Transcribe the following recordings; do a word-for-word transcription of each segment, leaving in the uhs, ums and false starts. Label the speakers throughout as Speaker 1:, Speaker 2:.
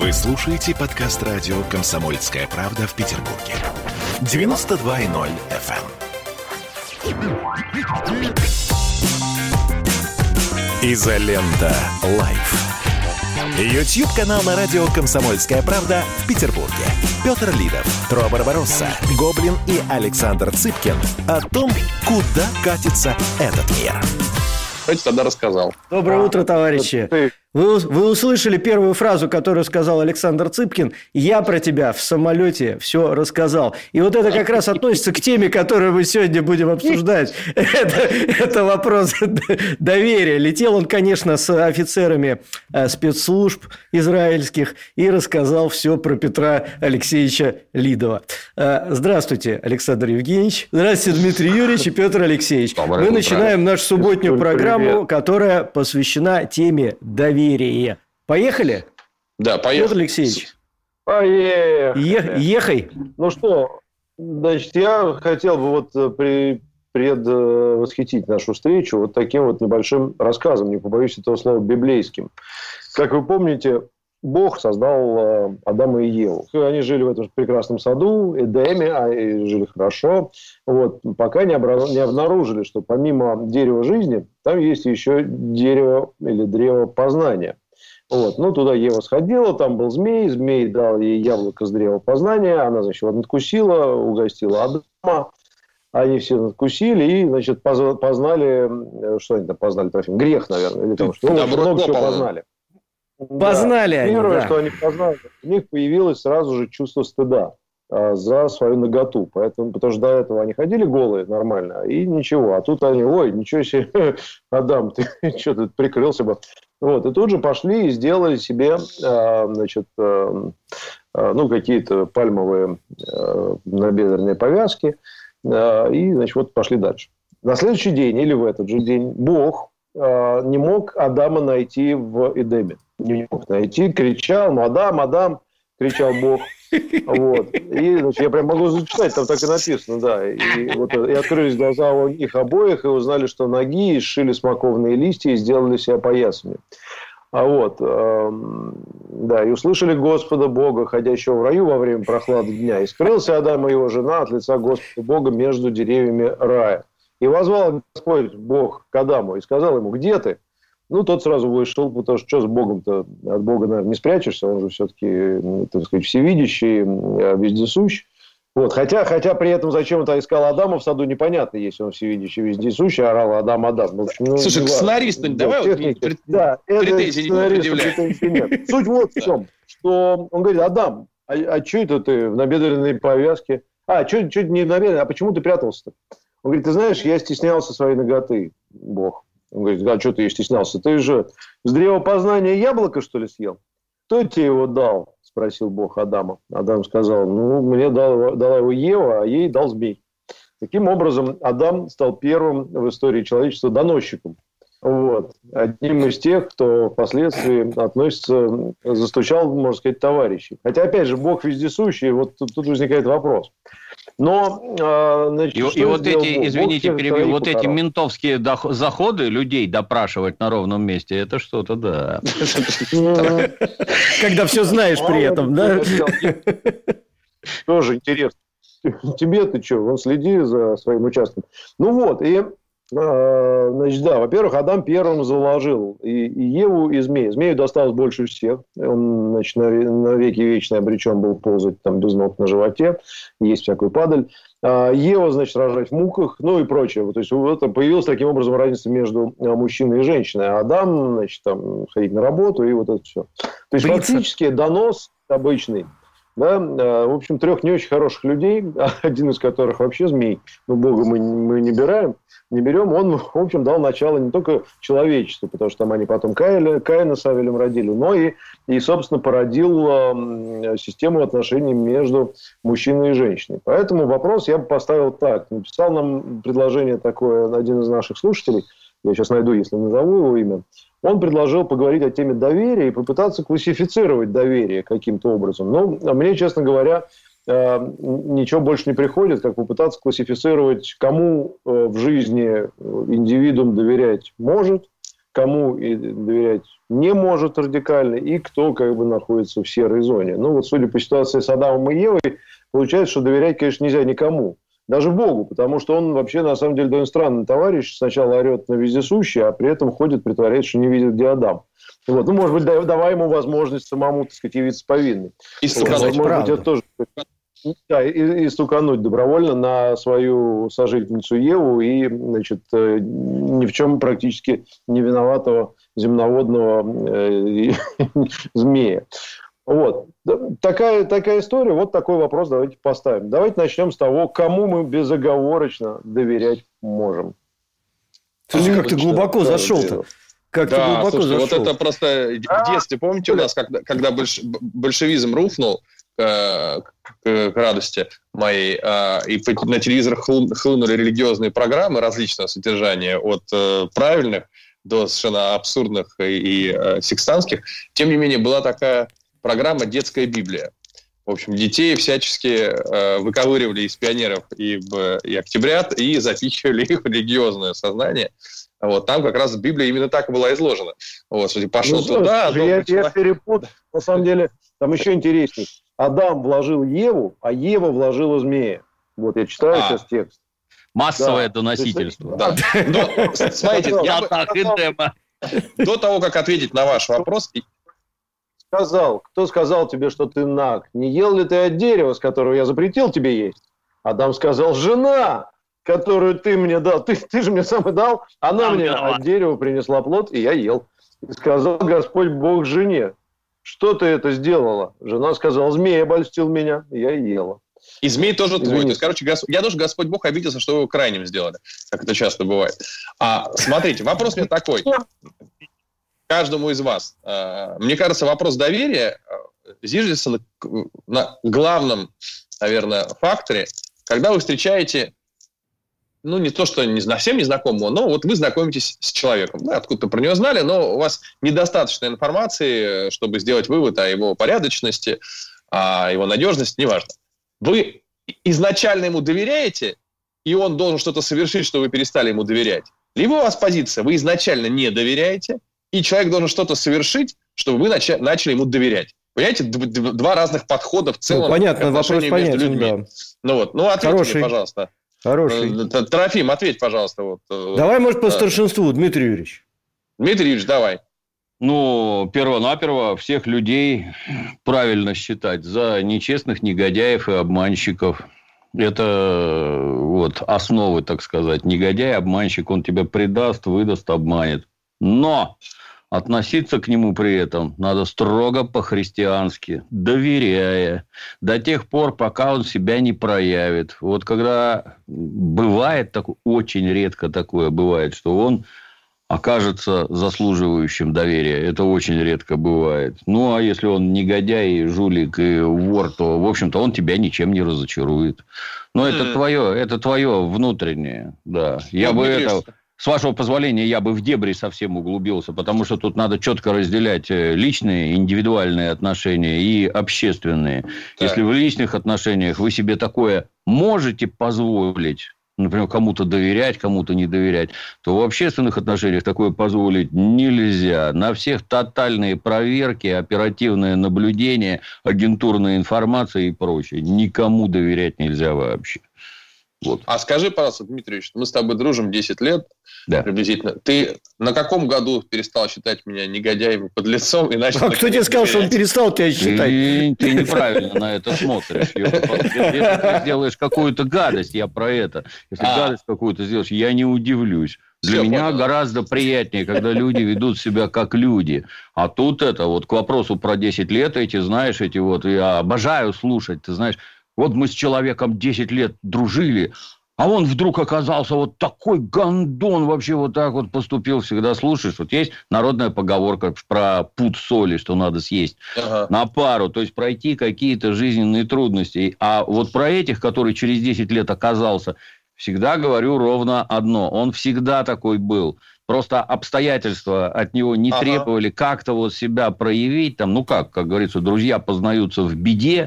Speaker 1: Вы слушаете подкаст радио «Комсомольская правда» в Петербурге. девяносто два и ноль эф эм. Изолента Лайф. Ютьюб-канал на радио «Комсомольская правда» в Петербурге. Петр Лидов, Тро Барбаросса, Гоблин и Александр Цыпкин о том, куда катится этот мир.
Speaker 2: Давайте тогда рассказал.
Speaker 3: Доброе утро, товарищи. Вы, вы услышали первую фразу, которую сказал Александр Цыпкин. Я про тебя в самолете все рассказал. И вот это как раз относится к теме, которую мы сегодня будем обсуждать. Это, это вопрос доверия. Летел он, конечно, с офицерами спецслужб израильских и рассказал все про Петра Алексеевича Лидова. Здравствуйте, Александр Евгеньевич. Здравствуйте, Дмитрий Юрьевич и Петр Алексеевич.
Speaker 2: Доброе
Speaker 3: мы
Speaker 2: утро.
Speaker 3: начинаем нашу субботнюю программу, которая посвящена теме доверия. Поехали?
Speaker 2: Да, поехали.
Speaker 3: Петр Алексеевич.
Speaker 4: Поехали.
Speaker 3: Е- ехай.
Speaker 4: Ну что, значит, я хотел бы вот при, предвосхитить нашу встречу вот таким вот небольшим рассказом, не побоюсь этого слова, библейским. Как вы помните, Бог создал Адама и Еву. Они жили в этом прекрасном саду, Эдеме, а и жили хорошо. Вот, пока не, обра... не обнаружили, что помимо дерева жизни, там есть еще дерево или древо познания. Вот. Ну, туда Ева сходила, там был змей, змей дал ей яблоко с древа познания, она, значит, его надкусила, угостила Адама. Они все надкусили и, значит, познали, что они там познали, Трофим? Грех, наверное, или там, что, ну, много чего познали.
Speaker 3: Познали
Speaker 4: да.
Speaker 3: они,
Speaker 4: Первое,
Speaker 3: да.
Speaker 4: что они познали, у них появилось сразу же чувство стыда а, за свою наготу. Поэтому, потому что до этого они ходили голые нормально, и ничего. А тут они, ой, ничего себе, Адам, ты что, ты прикрылся бы. Вот, и тут же пошли и сделали себе, а, значит, а, а, ну, какие-то пальмовые а, набедренные повязки, а, и, значит, вот пошли дальше. На следующий день или в этот же день Бог а, не мог Адама найти в Эдеме. Не мог найти, кричал, ну, Адам, Адам, кричал Бог. Вот. И, значит, я прям могу зачитать, там так и написано, да. И, вот, и открылись глаза у них обоих, и узнали, что ноги, и сшили смоковные листья, и сделали себя поясами. А вот, э, да, и услышали Господа Бога, ходящего в раю во время прохлады дня. И скрылся Адам и его жена от лица Господа Бога между деревьями рая. И возвал Господь Бог к Адаму и сказал ему: где ты? Ну, тот сразу вышел, потому что что с Богом-то? От Бога, наверное, не спрячешься, он же все-таки, так сказать, всевидящий, вездесущ. Вот. Хотя, хотя при этом зачем-то искал Адама в саду, непонятно, если он всевидящий, вездесущий, орал Адам, Адам. В общем, ну,
Speaker 2: слушай, к сценаристу, да, давай
Speaker 4: техники,
Speaker 2: вот,
Speaker 4: да,
Speaker 2: претензий не предъявляй.
Speaker 4: Суть вот в чем, что он говорит: Адам, а, а что это ты в набедренной повязке? А, что не в набедренной, а почему ты прятался-то? Он говорит: ты знаешь, я стеснялся своей наготы, Бог. Он говорит: а что ты стеснялся? Ты же с древа познания яблоко, что ли, съел? Кто тебе его дал? Спросил Бог Адама. Адам сказал: ну, мне дал, дала его Ева, а ей дал змей. Таким образом, Адам стал первым в истории человечества доносчиком. Вот. Одним из тех, кто впоследствии относится, застучал, можно сказать, товарищей. Хотя, опять же, Бог вездесущий, вот тут, тут возникает вопрос. Но, значит,
Speaker 5: и, и вот эти,
Speaker 4: Бог?
Speaker 5: извините,
Speaker 4: Бог
Speaker 5: перебью, вот
Speaker 4: покарал.
Speaker 5: эти ментовские дох- заходы людей допрашивать на ровном месте, это что-то, да.
Speaker 3: Когда все знаешь при этом, да?
Speaker 4: Тоже интересно. Тебе ты что? Вон следи за своим участком. Ну вот, и, значит, да, во-первых, Адам первым заложил и, и Еву, и змея. Змею досталось больше всех. Он, значит, на, на веки вечный обречен был ползать там без ног на животе, есть всякую падаль. А Ева, значит, рожать в муках, ну и прочее. То есть, вот появилась таким образом разница между мужчиной и женщиной. А Адам, значит, там, ходить на работу и вот это все. То есть,
Speaker 3: Бриться.
Speaker 4: фактически донос обычный. Да, в общем, трех не очень хороших людей, один из которых вообще змей, но Бога мы, мы не берем, не берем, он, в общем, дал начало не только человечеству, потому что там они потом Каина, Каина с Авелем родили, но и, и, собственно, породил э, систему отношений между мужчиной и женщиной. Поэтому вопрос я бы поставил так. Написал нам предложение такое один из наших слушателей, я сейчас найду, если назову его имя. Он предложил поговорить о теме доверия и попытаться классифицировать доверие каким-то образом. Но мне, честно говоря, ничего больше не приходит, как попытаться классифицировать, кому в жизни индивидуум доверять может, кому доверять не может радикально, и кто как бы находится в серой зоне. Ну, вот судя по ситуации с Адамом и Евой, получается, что доверять, конечно, нельзя никому. Даже Богу, потому что он вообще, на самом деле, довольно странный товарищ. Сначала орет на вездесущий, а при этом ходит, притворяется, что не видит, где Адам. Вот. Ну, может быть, давай ему возможность самому, так сказать, явиться повинной.
Speaker 2: И стукануть,
Speaker 4: вот, может быть, это тоже... Да, и, и стукануть добровольно на свою сожительницу Еву и, значит, ни в чем практически не виноватого земноводного э, змея. Вот. Такая, такая история. Вот такой вопрос давайте поставим. Давайте начнем с того, кому мы безоговорочно доверять можем.
Speaker 3: Слушай, как ты глубоко зашел-то. Как
Speaker 2: да,
Speaker 3: ты глубоко
Speaker 2: слушайте,
Speaker 3: зашел.
Speaker 2: вот это просто в детстве, помните, у нас, когда, когда больш, большевизм рухнул, к, к, к радости моей, и на телевизор хлынули религиозные программы различного содержания, от правильных до совершенно абсурдных и, и секстанских. Тем не менее, была такая программа «Детская Библия». В общем, детей всячески выковыривали из пионеров и, и октябрят и запихивали их в религиозное сознание. Вот, там как раз Библия именно так и была изложена. Вот, пошел ну, туда...
Speaker 4: Я, я перепутал. На самом деле, там еще интереснее. Адам вложил Еву, а Ева вложила змея. Вот я читаю а, сейчас текст.
Speaker 5: Массовое да. доносительство. Да.
Speaker 2: Но, смотрите, я бы, до того, как ответить на ваш вопрос...
Speaker 4: Сказал, кто сказал тебе, что ты наг? Не ел ли ты от дерева, с которого я запретил тебе есть? Адам сказал, жена, которую ты мне дал. Ты, ты же мне сам и дал. Она Там мне виноват. От дерева принесла плод, и я ел. И сказал Господь Бог жене, что ты это сделала? Жена сказала, змей обольстил меня, и я ела.
Speaker 2: И змей тоже Извините. твой. То есть, короче, Гос... я тоже Господь Бог обиделся, что вы его крайним сделали, как это часто бывает. А смотрите, вопрос у меня такой. Каждому из вас. Мне кажется, вопрос доверия зиждется на, на главном, наверное, факторе, когда вы встречаете, ну, не то, что не, совсем незнакомого, но вот вы знакомитесь с человеком. Да, откуда-то про него знали, но у вас недостаточно информации, чтобы сделать вывод о его порядочности, о его надежности, неважно. Вы изначально ему доверяете, и он должен что-то совершить, чтобы вы перестали ему доверять. Либо у вас позиция, вы изначально не доверяете, и человек должен что-то совершить, чтобы вы начали, начали ему доверять. Понимаете, два разных подхода в целом.
Speaker 3: Ну, понятно, вопрос понятен, между людьми. Да.
Speaker 2: Ну вот, ну ответьте
Speaker 3: Хороший.
Speaker 2: мне, пожалуйста.
Speaker 3: Хороший.
Speaker 2: Трофим, ответь, пожалуйста. Вот.
Speaker 3: Давай, может, по да. старшинству, Дмитрий Юрьевич.
Speaker 2: Дмитрий Юрьевич, давай.
Speaker 5: Ну, перво-наперво всех людей правильно считать за нечестных негодяев и обманщиков. Это вот основы, так сказать. Негодяй, обманщик, он тебя предаст, выдаст, обманет. Но относиться к нему при этом надо строго по-христиански, доверяя, до тех пор, пока он себя не проявит. Вот когда бывает, так, очень редко такое бывает, что он окажется заслуживающим доверия. Это очень редко бывает. Ну, а если он негодяй, жулик и вор, то, в общем-то, он тебя ничем не разочарует. Но mm. это твое, это твое внутреннее. Да. Я бы это... С вашего позволения, я бы в дебри совсем углубился, потому что тут надо четко разделять личные, индивидуальные отношения и общественные. Так. Если в личных отношениях вы себе такое можете позволить, например, кому-то доверять, кому-то не доверять, то в общественных отношениях такое позволить нельзя. На всех тотальные проверки, оперативное наблюдение, агентурная информация и прочее. Никому доверять нельзя вообще. Вот.
Speaker 2: А скажи, пожалуйста, Дмитрий Ильич, мы с тобой дружим десять лет, да. приблизительно. Ты на каком году перестал считать меня негодяем и подлецом? И начал
Speaker 3: а кто тебе сказал, что он перестал тебя считать?
Speaker 5: Ты, ты неправильно на это смотришь. Если ты сделаешь какую-то гадость, я про это. Если а. гадость какую-то сделаешь, я не удивлюсь. Для Все, меня понял. Гораздо приятнее, когда люди ведут себя как люди. А тут это, вот к вопросу про десять лет, эти, знаешь, эти вот, я обожаю слушать, ты знаешь, вот мы с человеком десять лет дружили, а он вдруг оказался вот такой гондон, вообще вот так вот поступил. Всегда слушаешь. Вот есть народная поговорка про пуд соли, что надо съесть ага. на пару. То есть, пройти какие-то жизненные трудности. А вот про этих, который через десять лет оказался, всегда говорю ровно одно. Он всегда такой был. Просто обстоятельства от него не ага. требовали как-то вот себя проявить. Там, ну как, как говорится, друзья познаются в беде.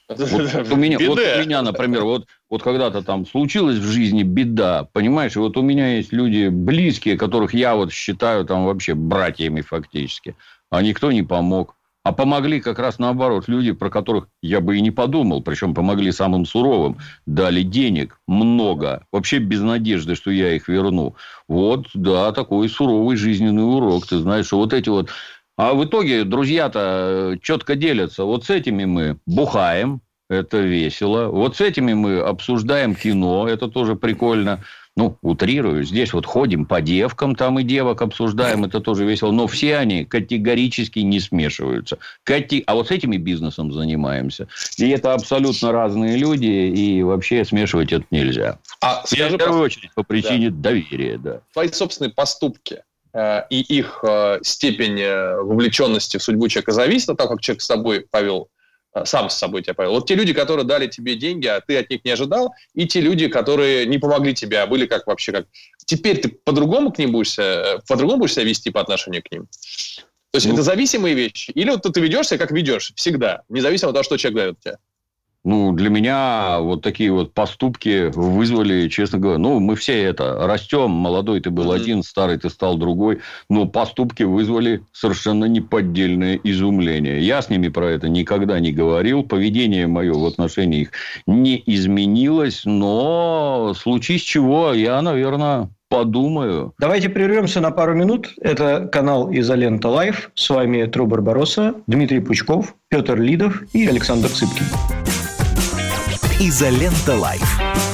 Speaker 5: Вот у меня, вот у меня, например, вот, вот когда-то там случилась в жизни беда, понимаешь, вот у меня есть люди близкие, которых я вот считаю там вообще братьями фактически, а никто не помог. А помогли как раз наоборот люди, про которых я бы и не подумал, причем помогли самым суровым, дали денег много, вообще без надежды, что я их верну. Вот, да, такой суровый жизненный урок, ты знаешь, что вот эти вот... А в итоге друзья-то четко делятся. Вот с этими мы бухаем, это весело. Вот с этими мы обсуждаем кино, это тоже прикольно. Ну, утрирую. Здесь вот ходим по девкам, там и девок обсуждаем, это тоже весело. Но все они категорически не смешиваются. Кати... А вот с этими бизнесом занимаемся. И это абсолютно разные люди, и вообще смешивать это нельзя.
Speaker 2: А, скажи,
Speaker 5: в первую очередь, по причине да. доверия. Да.
Speaker 2: Твои собственные поступки э, и их э, степень вовлеченности в судьбу человека зависит от того, как человек с собой повел, сам с собой тебя повел. Вот те люди, которые дали тебе деньги, а ты от них не ожидал, и те люди, которые не помогли тебе, а были как вообще как... Теперь ты по-другому к ним будешь, по-другому будешь себя вести по отношению к ним? То есть, ну, это зависимые вещи? Или вот ты ведешься, как ведешь, всегда, независимо от того, что человек дает тебе?
Speaker 5: Ну, для меня вот такие вот поступки вызвали, честно говоря, ну, мы все это растем, молодой ты был mm-hmm. один, старый ты стал другой, но поступки вызвали совершенно неподдельное изумление. Я с ними про это никогда не говорил, поведение мое в отношении их не изменилось, но случись чего, я, наверное... подумаю.
Speaker 3: Давайте прервемся на пару минут. Это канал «Изолента Лайф». С вами Тро Барбаросса, Дмитрий Пучков, Петр Лидов и Александр Цыпкин.
Speaker 1: «Изолента Лайф».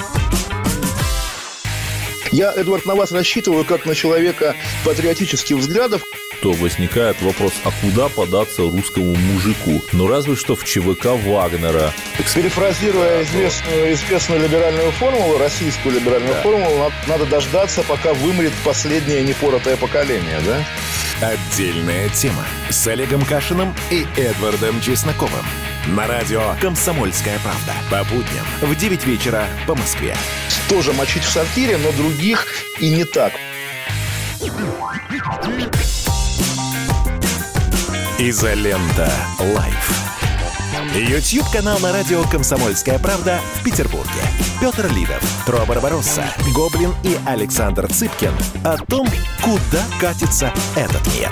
Speaker 6: Я, Эдвард, на вас рассчитываю как на человека патриотических взглядов.
Speaker 7: То возникает вопрос, а куда податься русскому мужику? Ну, разве что в ЧВК Вагнера.
Speaker 6: Перефразируя известную, известную либеральную формулу, российскую либеральную да. формулу, надо дождаться, пока вымрет последнее непоротое поколение, да?
Speaker 1: Отдельная тема с Олегом Кашиным и Эдвардом Чесноковым. На радио «Комсомольская правда». По будням в девять вечера по Москве.
Speaker 6: Тоже мочить в сортире, но других и не так.
Speaker 1: «Изолента Лайф». Ютьюб-канал на радио «Комсомольская правда» в Петербурге. Петр Лидов, Тро Барбаросса, Гоблин и Александр Цыпкин о том, куда катится этот мир.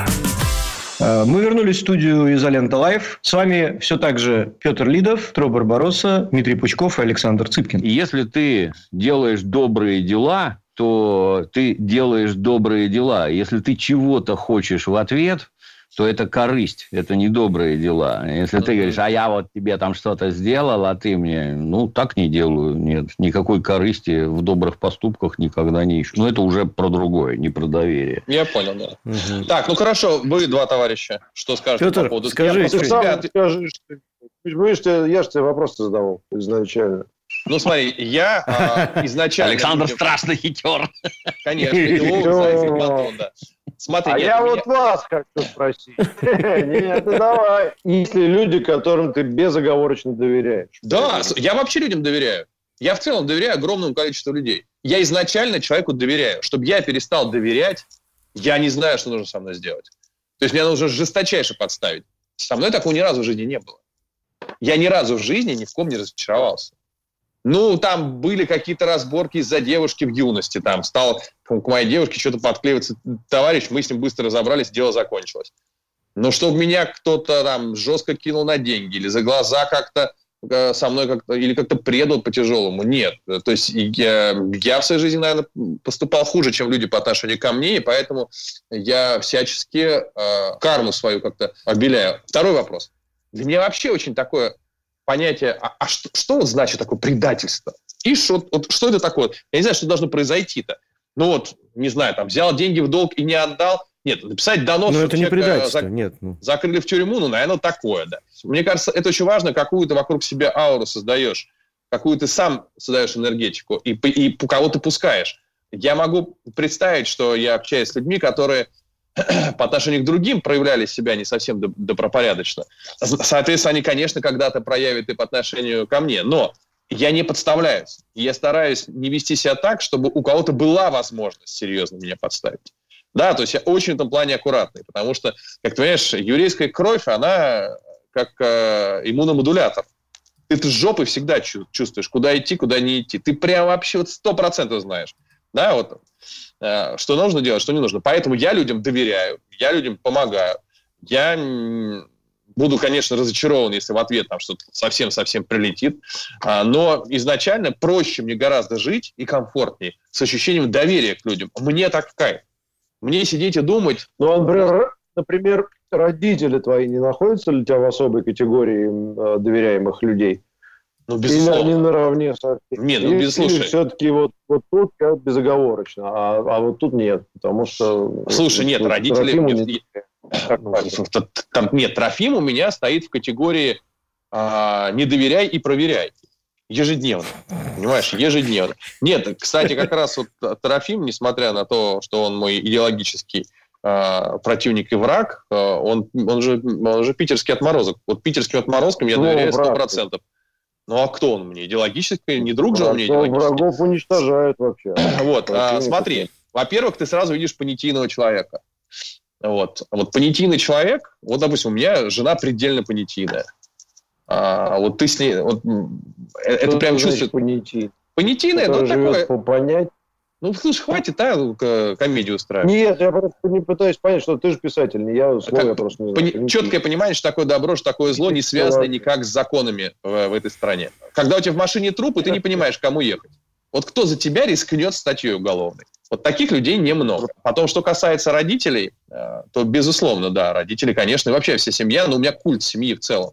Speaker 3: Мы вернулись в студию «Изолента Лайф». С вами все так же Петр Лидов, Тро Барбаросса, Дмитрий Пучков и Александр Цыпкин.
Speaker 5: Если ты делаешь добрые дела, то ты делаешь добрые дела. Если ты чего-то хочешь в ответ, то это корысть, это не добрые дела. Если ты говоришь, а я вот тебе там что-то сделал, а ты мне... Ну, так не делаю. Нет, никакой корысти в добрых поступках никогда не ищу. Но это уже про другое, не про доверие.
Speaker 2: Я понял, да. Угу. Так, ну хорошо, вы два товарища. Что скажете
Speaker 3: Петр,
Speaker 2: по поводу...
Speaker 3: скажи,
Speaker 4: ты сам скажи, что... Видишь, я же тебе вопрос задавал изначально.
Speaker 2: Ну, смотри, я а, изначально...
Speaker 5: Александр страшно хитер.
Speaker 2: Конечно, Илов, Зайцев, Батон, да. Смотри,
Speaker 4: а
Speaker 2: нет,
Speaker 4: я
Speaker 2: меня...
Speaker 4: вот вас хочу спросить. Нет, давай. Есть ли люди, которым ты безоговорочно доверяешь?
Speaker 2: Да, я вообще людям доверяю. Я в целом доверяю огромному количеству людей. Я изначально человеку доверяю. Чтобы я перестал доверять, я не знаю, что нужно со мной сделать. То есть, мне нужно жесточайше подставить. Со мной такого ни разу в жизни не было. Я ни разу в жизни ни в ком не разочаровался. Ну, там были какие-то разборки из-за девушки в юности. Там стал к моей девушке что-то подклеиваться товарищ, мы с ним быстро разобрались, дело закончилось. Но чтобы меня кто-то там жестко кинул на деньги или за глаза как-то э, со мной как-то, или как-то предал по-тяжелому, нет. То есть я, я в своей жизни, наверное, поступал хуже, чем люди по отношению ко мне, и поэтому я всячески э, карму свою как-то обеляю. Второй вопрос. Для меня вообще очень такое... понятие, а, а что, что вот значит такое предательство? И что, вот, что это такое? Я не знаю, что должно произойти-то. Ну вот, не знаю, там, взял деньги в долг и не отдал. Нет, написать донос,
Speaker 3: но это не предательство,
Speaker 2: зак...
Speaker 3: нет. Ну.
Speaker 2: закрыли в тюрьму, ну, наверное, такое, да. Мне кажется, это очень важно, какую ты вокруг себя ауру создаешь, какую ты сам создаешь энергетику и, и кого ты пускаешь. Я могу представить, что я общаюсь с людьми, которые по отношению к другим проявляли себя не совсем добропорядочно. Соответственно, они, конечно, когда-то проявят и по отношению ко мне. Но я не подставляюсь. Я стараюсь не вести себя так, чтобы у кого-то была возможность серьезно меня подставить. Да, то есть я очень в этом плане аккуратный. Потому что, как ты понимаешь, еврейская кровь, она как э, иммуномодулятор. Ты, ты с жопой всегда чувствуешь, куда идти, куда не идти. Ты прям вообще вот сто процентов знаешь, да, вот, э, что нужно делать, что не нужно. Поэтому я людям доверяю, я людям помогаю. Я буду, конечно, разочарован, если в ответ там что-то совсем-совсем прилетит. А, но изначально проще мне гораздо жить и комфортнее с ощущением доверия к людям. Мне так в кайф. Мне сидеть и думать...
Speaker 4: Ну, например, например, родители твои не находятся ли у тебя в особой категории э, доверяемых людей?
Speaker 2: Ну, безусловно.
Speaker 4: Или они наравне со всеми?
Speaker 2: Нет, ну, без,
Speaker 4: или все-таки вот, вот тут как безоговорочно, а, а вот тут нет, потому что...
Speaker 2: Слушай, нет, родители... Не... Там, нет, Трофим у меня стоит в категории а, «не доверяй и проверяй». Ежедневно. Понимаешь, ежедневно. Нет, кстати, как раз вот Трофим, несмотря на то, что он мой идеологический э, противник и враг, э, он, он, же, он же питерский отморозок. Вот питерским отморозкам я доверяю сто процентов. Ну, а кто он мне? Идеологический? Не друг же он мне идеологический?
Speaker 4: Врагов уничтожают вообще.
Speaker 2: Вот, а, смотри. Во-первых, ты сразу видишь понятийного человека. Вот. Вот понятийный человек, вот, допустим, у меня жена предельно понятийная. А, вот ты с ней... Вот, это
Speaker 4: что
Speaker 2: прям чувствует...
Speaker 4: Понятийный?
Speaker 2: Понятийное, ну, такое...
Speaker 4: По понять.
Speaker 2: Ну, слушай, хватит, а, комедию устраивать.
Speaker 4: Нет, я просто не пытаюсь понять, что ты же писатель, не я, слово я просто не знаю.
Speaker 2: Пони- четкое понимание, что такое добро, что такое зло, не связано никак с законами в, в этой стране. Когда у тебя в машине труп, и ты не понимаешь, кому ехать. Вот кто за тебя рискнет статьей уголовной? Вот таких людей немного. Потом, что касается родителей, то, безусловно, да, родители, конечно, и вообще вся семья, но у меня культ семьи в целом.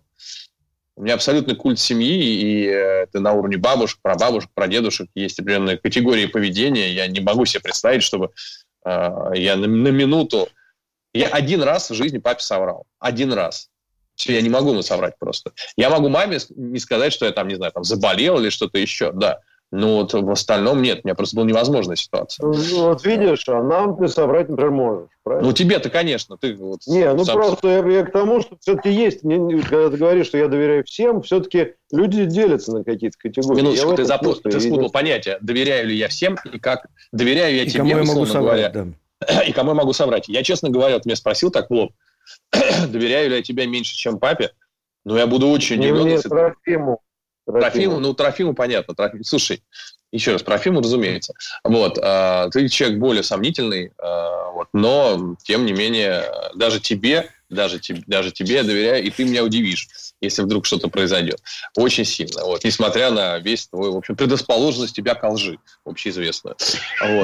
Speaker 2: У меня абсолютный культ семьи, и это на уровне бабушек, прабабушек, прадедушек. Есть определенные категории поведения. Я не могу себе представить, чтобы э, я на, на минуту... Я один раз в жизни папе соврал. Один раз. Все, я не могу ему соврать просто. Я могу маме не сказать, что я там, не знаю, там заболел или что-то еще, да. Но вот в остальном нет, у меня просто была невозможная ситуация.
Speaker 4: Ну, вот видишь, а нам ты соврать, например, можешь, правильно?
Speaker 2: Ну, тебе-то, конечно. Ты вот
Speaker 4: не, ну
Speaker 2: сам...
Speaker 4: просто я, я к тому, что все-таки есть, когда ты говоришь, что я доверяю всем, все-таки люди делятся на какие-то категории.
Speaker 2: Минуточку, ты, запу... ты спутал понятие, доверяю ли я всем, и как доверяю я
Speaker 3: и
Speaker 2: тебе,
Speaker 3: кому я могу
Speaker 2: соврать,
Speaker 3: да.
Speaker 2: И кому я могу соврать. Я, честно говоря, вот меня спросил так в лоб, доверяю ли я тебе меньше, чем папе, но я буду очень удивлен.
Speaker 4: Если... Трофиму.
Speaker 2: Трофиму, ну, Трофиму понятно. Трофим... Слушай, еще раз, Трофиму, разумеется. Вот, э, ты человек более сомнительный, э, вот, но, тем не менее, даже тебе, даже, te, даже тебе я доверяю, и ты меня удивишь, если вдруг что-то произойдет. Очень сильно. Вот, несмотря на весь твой, в общем, предрасположенность тебя ко лжи, общеизвестную. Вот.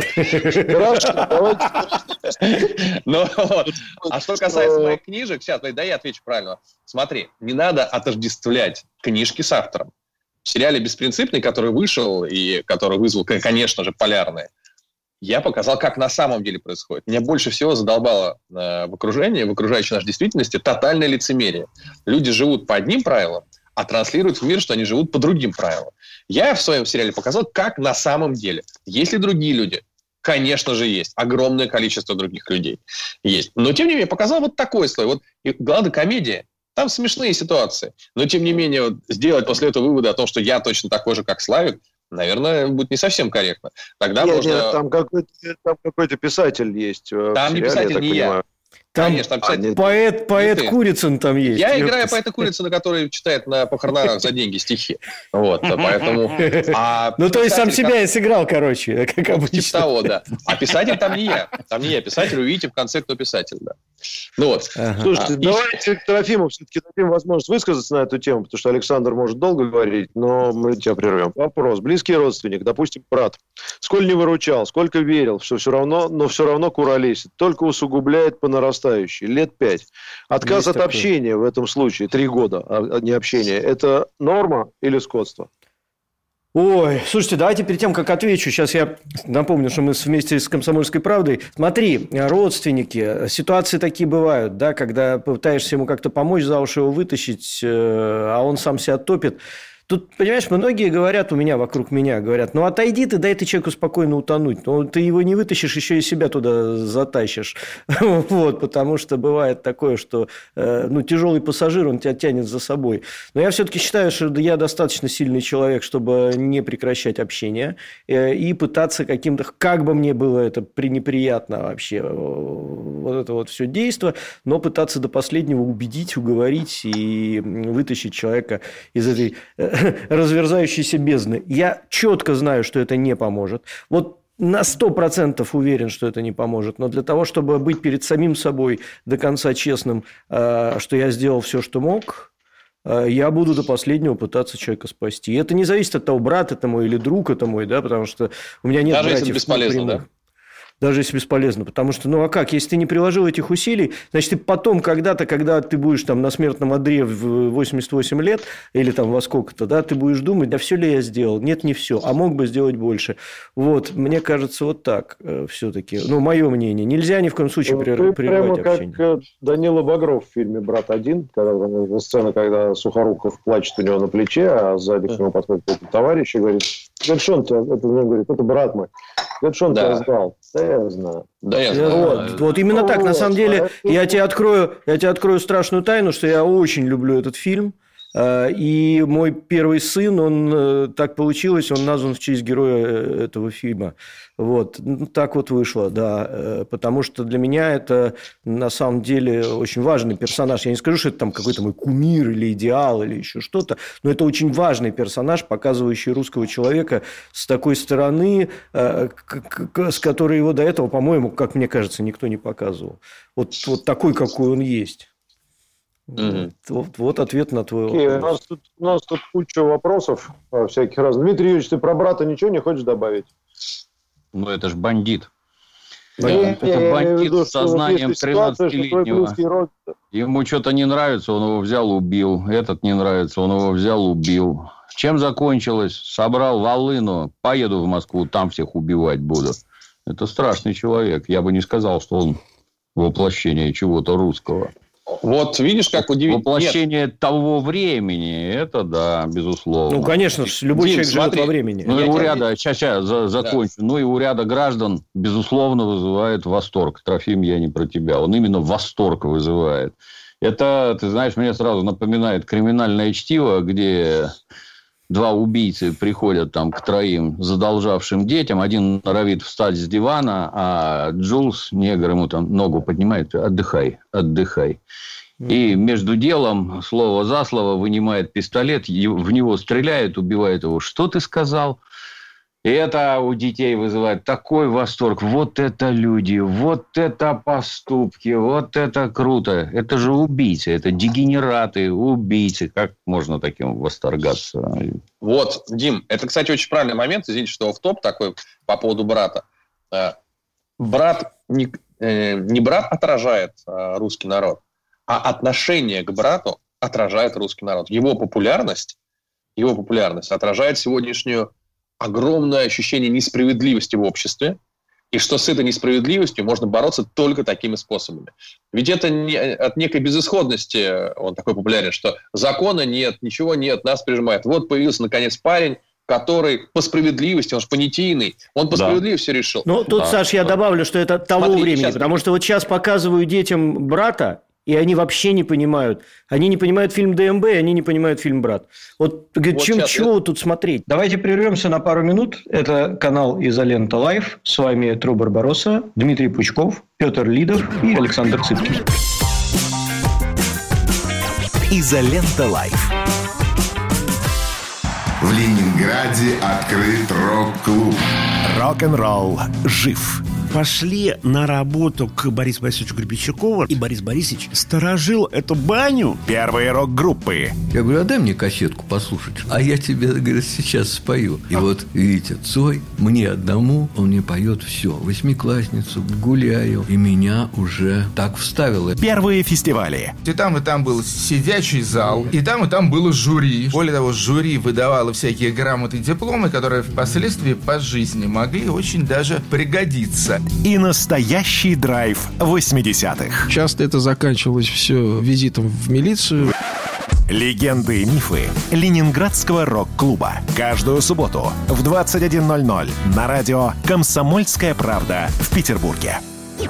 Speaker 2: А что касается моих книжек, сейчас, да я отвечу правильно. Смотри, не надо отождествлять книжки с автором. В сериале «Беспринципный», который вышел и который вызвал, конечно же, полярные, я показал, как на самом деле происходит. Меня больше всего задолбало э, в окружении, в окружающей нашей действительности тотальное лицемерие. Люди живут по одним правилам, а транслируют в мир, что они живут по другим правилам. Я в своем сериале показал, как на самом деле. Есть ли другие люди? Конечно же, есть. Огромное количество других людей есть. Но, тем не менее, показал вот такой слой. Вот, и, главное, комедия. Там смешные ситуации. Но, тем не менее, вот, сделать после этого выводы о том, что я точно такой же, как Славик, наверное, будет не совсем корректно. Тогда
Speaker 4: нет,
Speaker 2: можно...
Speaker 4: нет, там какой-то, там какой-то писатель есть.
Speaker 2: Там не писатель, я не я. Понимаю.
Speaker 3: Там,
Speaker 2: Конечно, там
Speaker 3: а, поэт, поэт Курицын там есть.
Speaker 2: Я играю поэта Курицына, который читает на похоронах за деньги стихи. Вот, поэтому... А
Speaker 3: ну, то есть, сам себя и сыграл, короче, как обычно.
Speaker 2: Типа того, да. А писатель там не я. Там не я писатель. Увидите в конце, кто писатель, да. Ну вот.
Speaker 4: Ага. Слушайте, а, давайте и... Трофиму все-таки дадим возможность высказаться на эту тему, потому что Александр может долго говорить, но мы тебя прервем. Вопрос. Близкий родственник, допустим, брат, сколь не выручал, сколько верил, что все равно, но все равно куролесит, только усугубляет по нарастающей. Лет пять. Отказ Есть от такое. общения в этом случае, три года а не общения, это норма или скотство?
Speaker 3: Ой, слушайте, давайте перед тем, как отвечу, сейчас я напомню, что мы вместе с «Комсомольской правдой». Смотри, родственники, ситуации такие бывают, да, когда пытаешься ему как-то помочь, за уши его вытащить, а он сам себя топит. Тут, понимаешь, многие говорят у меня, вокруг меня, говорят, ну, отойди ты, дай ты человеку спокойно утонуть. Ну, ты его не вытащишь, еще и себя туда затащишь. Вот, потому что бывает такое, что ну, тяжелый пассажир, он тебя тянет за собой. Но я все-таки считаю, что я достаточно сильный человек, чтобы не прекращать общение и пытаться каким-то, как бы мне было это пренеприятно вообще, вот это вот все действо, но пытаться до последнего убедить, уговорить и вытащить человека из этой... разверзающейся бездны. Я четко знаю, что это не поможет. Вот на сто процентов уверен, что это не поможет. Но для того, чтобы быть перед самим собой до конца честным, что я сделал все, что мог, я буду до последнего пытаться человека спасти. И это не зависит от того, брат это мой или друг это мой, да, потому что у меня нет
Speaker 2: Даже
Speaker 3: братьев.
Speaker 2: Даже если бесполезно, да?
Speaker 3: Даже если бесполезно. Потому что, ну, а как? Если ты не приложил этих усилий, значит, ты потом когда-то, когда ты будешь там на смертном одре в восемьдесят восемь лет, или там во сколько-то, да, ты будешь думать, да все ли я сделал? Нет, не все. А мог бы сделать больше. Вот. Мне кажется, вот так э, все-таки. Ну, мое мнение. Нельзя ни в коем случае прерывать
Speaker 4: прямо
Speaker 3: общение.
Speaker 4: Как Данила Багров в фильме «Брат один», когда сцена, когда Сухоруков плачет у него на плече, а сзади к нему подходит товарищ и говорит: говорит, что он тебя, это, он говорит, это брат мой. Говорит, что он
Speaker 2: да.
Speaker 4: тебя сдал? Да я знаю.
Speaker 2: Да я знаю.
Speaker 3: Вот, вот именно так. На самом деле, я тебе открою, я тебе открою страшную тайну, что я очень люблю этот фильм. И мой первый сын, он так получилось, он назван в честь героя этого фильма. Вот. Так вот вышло, да. Потому что для меня это на самом деле очень важный персонаж. Я не скажу, что это там какой-то мой кумир или идеал или еще что-то, но это очень важный персонаж, показывающий русского человека с такой стороны, с которой его до этого, по-моему, как мне кажется, никто не показывал. Вот, вот такой, какой он есть. Mm-hmm. Вот, вот ответ на твой
Speaker 4: okay,
Speaker 3: вопрос.
Speaker 4: У нас, тут, у нас тут куча вопросов всяких разных. Дмитрий Юрьевич, ты про брата ничего не хочешь добавить?
Speaker 5: Ну, это ж бандит.
Speaker 4: Да.
Speaker 5: Да.
Speaker 4: Я,
Speaker 5: Это
Speaker 4: я,
Speaker 5: бандит
Speaker 4: я виду,
Speaker 5: с сознанием тринадцатилетнего. Ему что-то не нравится, он его взял, убил. Этот не нравится, он его взял, убил. Чем закончилось? Собрал волыну, поеду в Москву, там всех убивать буду. Это страшный человек. Я бы не сказал, что он воплощение чего-то русского.
Speaker 2: Вот видишь, как удивительно.
Speaker 5: Воплощение Нет. того времени, это да, безусловно.
Speaker 3: Ну, конечно, любой
Speaker 2: Дим,
Speaker 3: человек
Speaker 2: смотри.
Speaker 3: живет во времени.
Speaker 5: Ну,
Speaker 2: Я
Speaker 5: и у
Speaker 2: тебя...
Speaker 5: ряда, сейчас, сейчас за, закончу. Да. Ну, и у ряда граждан, безусловно, вызывает восторг. Трофим, я не про тебя. Он именно восторг вызывает. Это, ты знаешь, мне сразу напоминает криминальное чтиво, где два убийцы приходят там к троим задолжавшим детям. Один норовит встать с дивана, а Джулс, негр, ему там ногу поднимает. Отдыхай, отдыхай. Mm-hmm. И между делом, слово за слово, вынимает пистолет, в него стреляет, убивает его. Что ты сказал? И это у детей вызывает такой восторг. Вот это люди, вот это поступки, вот это круто. Это же убийцы, это дегенераты, убийцы. Как можно таким восторгаться?
Speaker 2: Вот, Дим, это, кстати, очень правильный момент. Извините, что офф-топ такой по поводу брата. Брат, не, не брат отражает русский народ, а отношение к брату отражает русский народ. Его популярность, его популярность отражает сегодняшнюю огромное ощущение несправедливости в обществе, и что с этой несправедливостью можно бороться только такими способами. Ведь это не, от некой безысходности он такой популярен, что закона нет, ничего нет, нас прижимает. Вот появился, наконец, парень, который по справедливости, он же понятийный, он по да. справедливости все решил.
Speaker 3: Ну, тут,
Speaker 2: да.
Speaker 3: Саш, я добавлю, что это того Смотри, времени, сейчас... потому что вот сейчас показываю детям брата, и они вообще не понимают. Они не понимают фильм ДМБ, и они не понимают фильм «Брат». Вот, вот чем, чего это... тут смотреть? Давайте прервемся на пару минут. Это канал «Изолента Лайф». С вами Тру Барбаросса, Дмитрий Пучков, Петр Лидов и Александр Цыпкин.
Speaker 1: «Изолента Лайф».
Speaker 8: В Ленинграде открыт рок-клуб.
Speaker 1: Рок-н-ролл жив.
Speaker 9: Пошли на работу к Борису Борисовичу Гребенщикову, и Борис Борисович сторожил эту баню.
Speaker 1: Первые рок-группы.
Speaker 10: Я говорю, а дай мне кассетку послушать. А я тебе, говорит, сейчас спою. И а. вот, видите, Цой, мне одному, он мне поет все. Восьмиклассницу, гуляю. И меня уже так вставило.
Speaker 1: Первые фестивали.
Speaker 11: И там, и там был сидячий зал, и там, и там было жюри. Более того, жюри выдавало всякие грамоты и дипломы, которые впоследствии по жизни могли очень даже пригодиться.
Speaker 1: И настоящий драйв восьмидесятых.
Speaker 12: Часто это заканчивалось все визитом в милицию.
Speaker 1: Легенды и мифы Ленинградского рок-клуба. Каждую субботу в двадцать один ноль ноль на радио «Комсомольская правда» в Петербурге.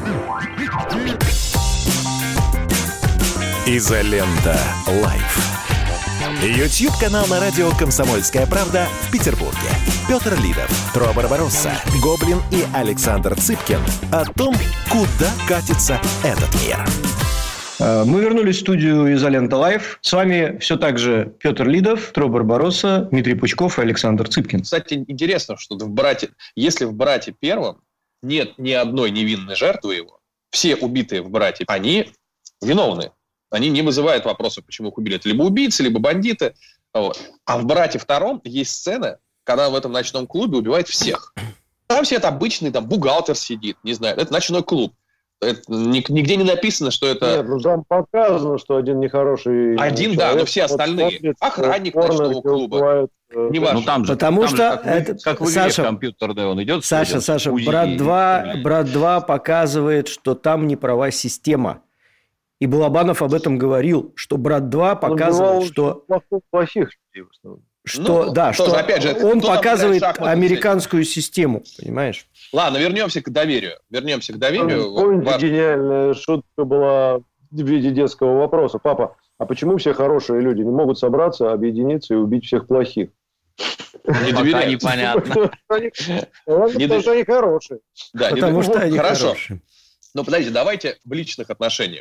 Speaker 1: Изолента Лайф. YouTube-канал на радио «Комсомольская правда» в Петербурге. Петр Лидов, Тру Барбаросса, Гоблин и Александр Цыпкин о том, куда катится этот мир.
Speaker 3: Мы вернулись в студию «Изолента Лайф». С вами все так же Петр Лидов, Тро Барбаросса, Дмитрий Пучков и Александр Цыпкин.
Speaker 2: Кстати, интересно, что в брате, если в «Брате первом» нет ни одной невинной жертвы его, все убитые в «Брате», они виновны. Они не вызывают вопросов, почему их убили. Это либо убийцы, либо бандиты. Вот. А в «Брате втором» есть сцена, когда в этом ночном клубе убивают всех. Там сидит обычный там, бухгалтер сидит, не знаю, это ночной клуб. Это, нигде не написано, что это...
Speaker 4: Нет, ну там показано, что один нехороший...
Speaker 2: Один, человек, да, но все остальные. Смотрит, охранник ночного клуба. Бывает,
Speaker 3: не важно. Ну, там же, Потому там что... Же, как,
Speaker 5: это... как в игре компьютерной он идет.
Speaker 3: Саша, Саша, брат два, брат два показывает, что там не права система. И Балабанов об этом говорил, что брат два показывает, что...
Speaker 4: Плохих людей в основном.
Speaker 3: Что, ну, да, что опять же, он показывает американскую систему, понимаешь?
Speaker 2: Ладно, вернемся к доверию. Вернемся к доверию.
Speaker 4: Помните, Ваш... гениальная шутка была в виде детского вопроса. Папа, а почему все хорошие люди не могут собраться, объединиться и убить всех плохих?
Speaker 2: Не доверяют.
Speaker 5: Непонятно.
Speaker 4: Потому что они хорошие.
Speaker 3: Потому что они хорошие.
Speaker 2: Но подождите, давайте в личных отношениях.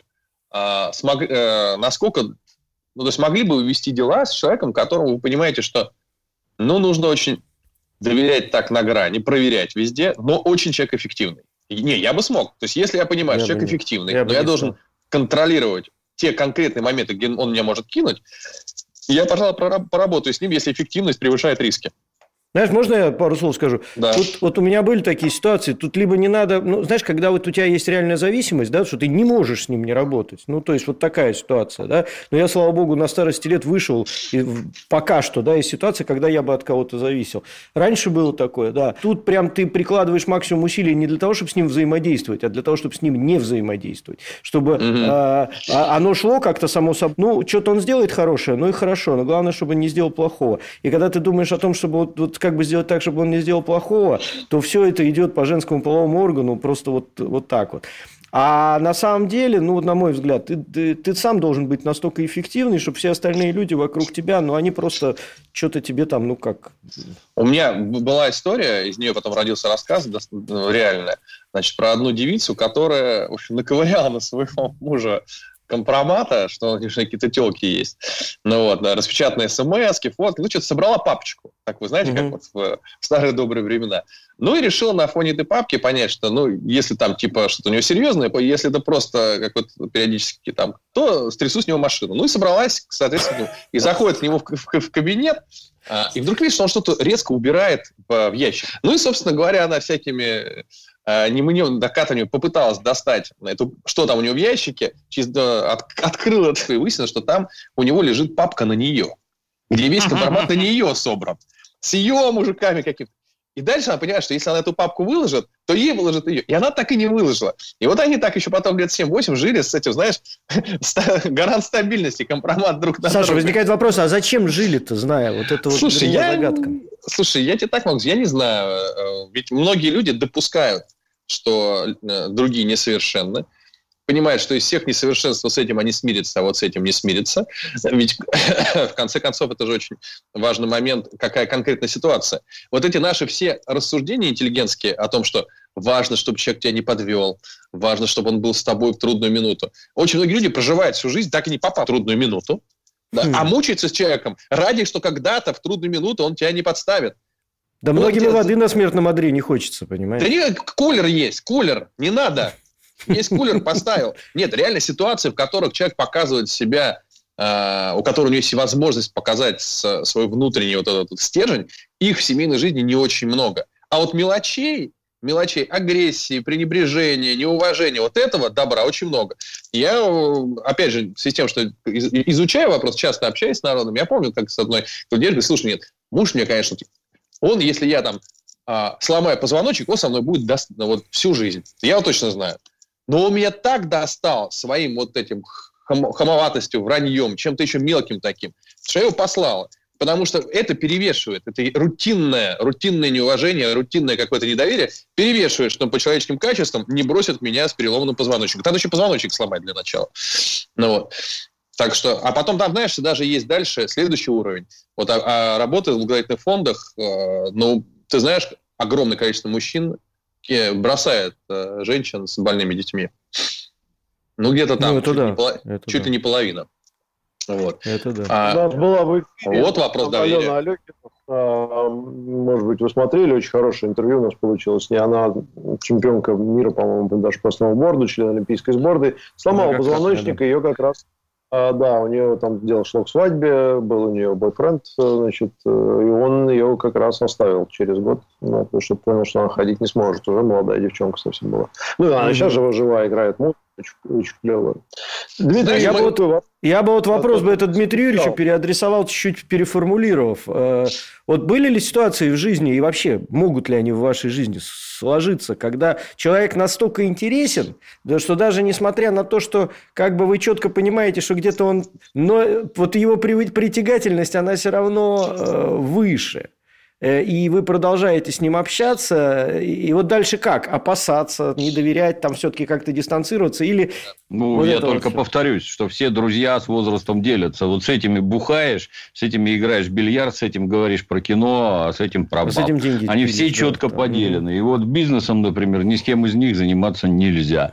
Speaker 2: Насколько... Ну, то есть могли бы вы вести дела с человеком, которому вы понимаете, что ну, нужно очень доверять так на грани, проверять везде, но очень человек эффективный. И, не, я бы смог. То есть если я понимаю, я что человек не, эффективный, я но я должен смог. контролировать те конкретные моменты, где он меня может кинуть, я, пожалуй, поработаю с ним, если эффективность превышает риски.
Speaker 3: Знаешь, можно я пару слов скажу?
Speaker 2: Да.
Speaker 3: Тут, вот у меня были такие ситуации, тут либо не надо... Ну, знаешь, когда вот у тебя есть реальная зависимость, да, что ты не можешь с ним не работать. Ну, то есть, вот такая ситуация, да. Но я, слава богу, на старости лет вышел и, пока что, да, из ситуации, когда я бы от кого-то зависел. Раньше было такое, да. Тут прям ты прикладываешь максимум усилий не для того, чтобы с ним взаимодействовать, а для того, чтобы с ним не взаимодействовать. Чтобы угу. э, оно шло как-то само собой. Ну, что-то он сделает хорошее, ну и хорошо, но главное, чтобы не сделал плохого. И когда ты думаешь о том, чтобы вот, вот как бы сделать так, чтобы он не сделал плохого, то все это идет по женскому половому органу просто вот, вот так вот. А на самом деле, ну, на мой взгляд, ты, ты, ты сам должен быть настолько эффективный, чтобы все остальные люди вокруг тебя, ну, они просто что-то тебе там, ну, как...
Speaker 2: У меня была история, из нее потом родился рассказ, реальная, значит, про одну девицу, которая, в общем, наковыряла на своего мужа компромата, что у них какие-то телки есть. Ну вот, да, распечатанные смс-ки, фотки. Ну, что-то собрала папочку. Так вы знаете, mm-hmm. как вот в старые добрые времена. Ну, и решила на фоне этой папки понять, что, ну, если там, типа, что-то у него серьезное, если это просто как вот периодически там, то стрясу с него машину. Ну, и собралась, соответственно, и заходит к нему в, в, в кабинет, а, и вдруг видит, что он что-то резко убирает в, в ящик. Ну, и, собственно говоря, она всякими... немым докатами попыталась достать эту, что там у него в ящике, чисто от, открыла это и выяснилось, что там у него лежит папка на нее, где весь компромат на нее собран. С ее мужиками какими-то. И дальше она понимает, что если она эту папку выложит, то ей выложит ее. И она так и не выложила. И вот они так еще потом лет семь-восемь жили с этим, знаешь, гарант стабильности, компромат друг на друга.
Speaker 3: Саша, возникает вопрос, а зачем жили-то, зная? Вот это вот
Speaker 2: слушай, я,
Speaker 3: загадка.
Speaker 2: Слушай, я тебе так могу сказать, я не знаю. Ведь многие люди допускают, что другие несовершенны, понимают, что из всех несовершенств с этим они смирятся, а вот с этим не смирятся. Ведь, в конце концов, это же очень важный момент, какая конкретная ситуация. Вот эти наши все рассуждения интеллигентские о том, что важно, чтобы человек тебя не подвел, важно, чтобы он был с тобой в трудную минуту. Очень многие люди проживают всю жизнь, так и не попав в трудную минуту, да, хм. а мучаются с человеком ради, что когда-то в трудную минуту он тебя не подставит.
Speaker 3: Да вот многим и воды на смертном одре не хочется, понимаешь?
Speaker 2: Да не, кулер есть, кулер, не надо. Есть кулер, поставил. Нет, реально ситуации, в которых человек показывает себя, э, у которого у него есть возможность показать свой внутренний вот этот вот стержень, их в семейной жизни не очень много. А вот мелочей, мелочей, агрессии, пренебрежения, неуважения, вот этого добра очень много. Я, опять же, в связи с тем, что изучаю вопрос, часто общаюсь с народом, я помню, как с одной девушкой говорит, слушай, нет, муж мне, конечно, он, если я там а, сломаю позвоночник, он со мной будет до, вот, всю жизнь. Я его точно знаю. Но он меня так достал своим вот этим хам- хамоватостью, враньем, чем-то еще мелким таким, что я его послал. Потому что это перевешивает, это рутинное, рутинное неуважение, рутинное какое-то недоверие перевешивает, что он по человеческим качествам не бросит меня с переломанным позвоночником. Там еще позвоночник сломать для начала. Ну вот. Так что, а потом там, знаешь, даже есть дальше следующий уровень. Вот а, а работа в благотворительных фондах, э, ну, ты знаешь, огромное количество мужчин бросает э, женщин с больными детьми. Ну, где-то там
Speaker 3: ну,
Speaker 2: чуть,
Speaker 3: да.
Speaker 2: ли, не поло... чуть
Speaker 3: да.
Speaker 2: ли не половина. Вот.
Speaker 3: Это да.
Speaker 2: А,
Speaker 4: У нас была в эфире,
Speaker 2: вот вопрос доверия.
Speaker 4: Алена Алекина, может быть, вы смотрели, очень хорошее интервью у нас получилось. Не она, чемпионка мира, по-моему, даже по сноуборду, член олимпийской сборной. Сломала ну, позвоночник, и ее как раз... А, да, у нее там дело шло к свадьбе, был у нее бойфренд, значит, и он ее как раз оставил через год, ну, потому что понял, что она ходить не сможет. Уже молодая девчонка совсем была. Ну, она mm-hmm. сейчас же жива, играет музыку, очень, очень клево.
Speaker 3: Дмитрий, я, мы... бы вот, я бы вот вопрос бы этот Дмитрию Юрьевичу переадресовал, чуть-чуть переформулировав. Вот были ли ситуации в жизни, и вообще могут ли они в вашей жизни сложиться, когда человек настолько интересен, что даже несмотря на то, что как бы вы четко понимаете, что где-то он... Но вот его притягательность, она все равно выше. И вы продолжаете с ним общаться, и вот дальше как? Опасаться, не доверять, там все-таки как-то дистанцироваться или...
Speaker 5: Ну, вот я только вот повторюсь, что все друзья с возрастом делятся. Вот с этими бухаешь, с этими играешь в бильярд, с этим говоришь про кино, а с этим про баб. С этим деньги Они все четко да, поделены. Да. И вот бизнесом, например, ни с кем из них заниматься нельзя.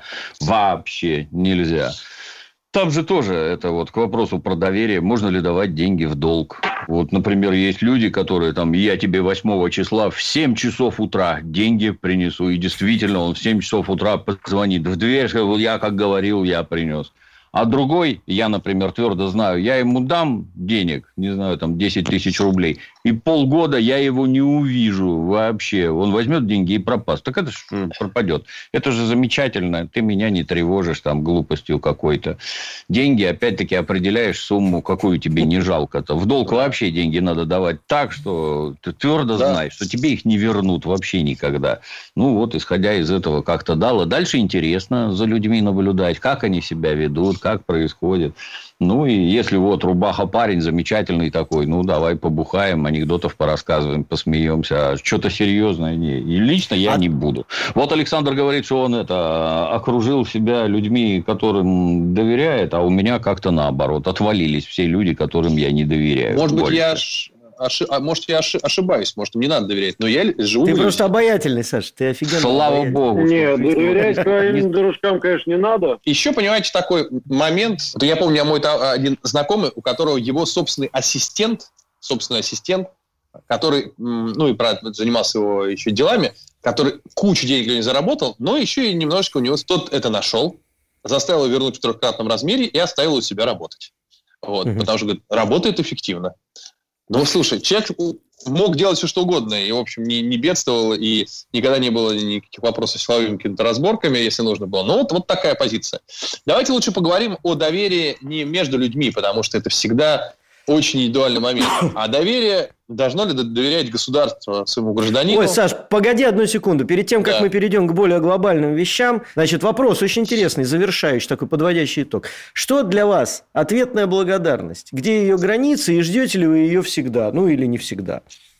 Speaker 5: Вообще нельзя. Там же тоже это вот к вопросу про доверие. Можно ли давать деньги в долг? Вот, например, есть люди, которые там, я тебе восьмого числа в семь часов утра деньги принесу. И действительно, он в семь часов утра позвонит в дверь, сказал, я как говорил, я принес. А другой, я, например, твердо знаю, я ему дам денег, не знаю, там десять тысяч рублей, и полгода я его не увижу вообще. Он возьмет деньги и пропаст. Так это же пропадет. Это же замечательно. Ты меня не тревожишь там глупостью какой-то. Деньги, опять-таки, определяешь сумму, какую тебе не жалко-то. В долг вообще деньги надо давать так, что ты твердо да. знаешь, что тебе их не вернут вообще никогда. Ну, вот, исходя из этого, как-то дал. А дальше интересно за людьми наблюдать, как они себя ведут, как происходит. Ну, и если вот рубаха парень замечательный такой, ну, давай побухаем, анекдотов порассказываем, посмеемся. А что-то серьезное не. И лично я а... не буду. Вот Александр говорит, что он это окружил себя людьми, которым доверяет, а у меня как-то наоборот. Отвалились все люди, которым я не доверяю.
Speaker 2: Может быть, я... Оши... А может, я ошибаюсь, может, мне надо доверять, но я живу...
Speaker 3: Ты просто обаятельный, Саша, ты офигенно.
Speaker 5: Слава богу.
Speaker 4: Нет, доверять своим дружкам, конечно, не надо.
Speaker 2: Еще, понимаете, такой момент, я помню, я мой один знакомый, у которого его собственный ассистент, собственный ассистент, который, ну, и занимался его еще делами, который кучу денег не заработал, но еще и немножечко у него тот это нашел, заставил его вернуть в трехкратном размере и оставил у себя работать. Вот, угу. Потому что, говорит, работает эффективно. Ну, слушай, человек мог делать все, что угодно, и, в общем, не, не бедствовал, и никогда не было никаких вопросов с силовыми какими-то разборками, если нужно было. Но вот, вот такая позиция. Давайте лучше поговорим о доверии не между людьми, потому что это всегда очень индивидуальный момент. А доверие, должно ли доверять государство своему гражданину?
Speaker 3: Ой, Саш, погоди одну секунду. Перед тем, как да. мы перейдем к более глобальным вещам, значит, вопрос очень интересный, завершающий, такой подводящий итог. Что для вас ответная благодарность? Где ее границы и ждете ли вы ее всегда? Ну, или не всегда?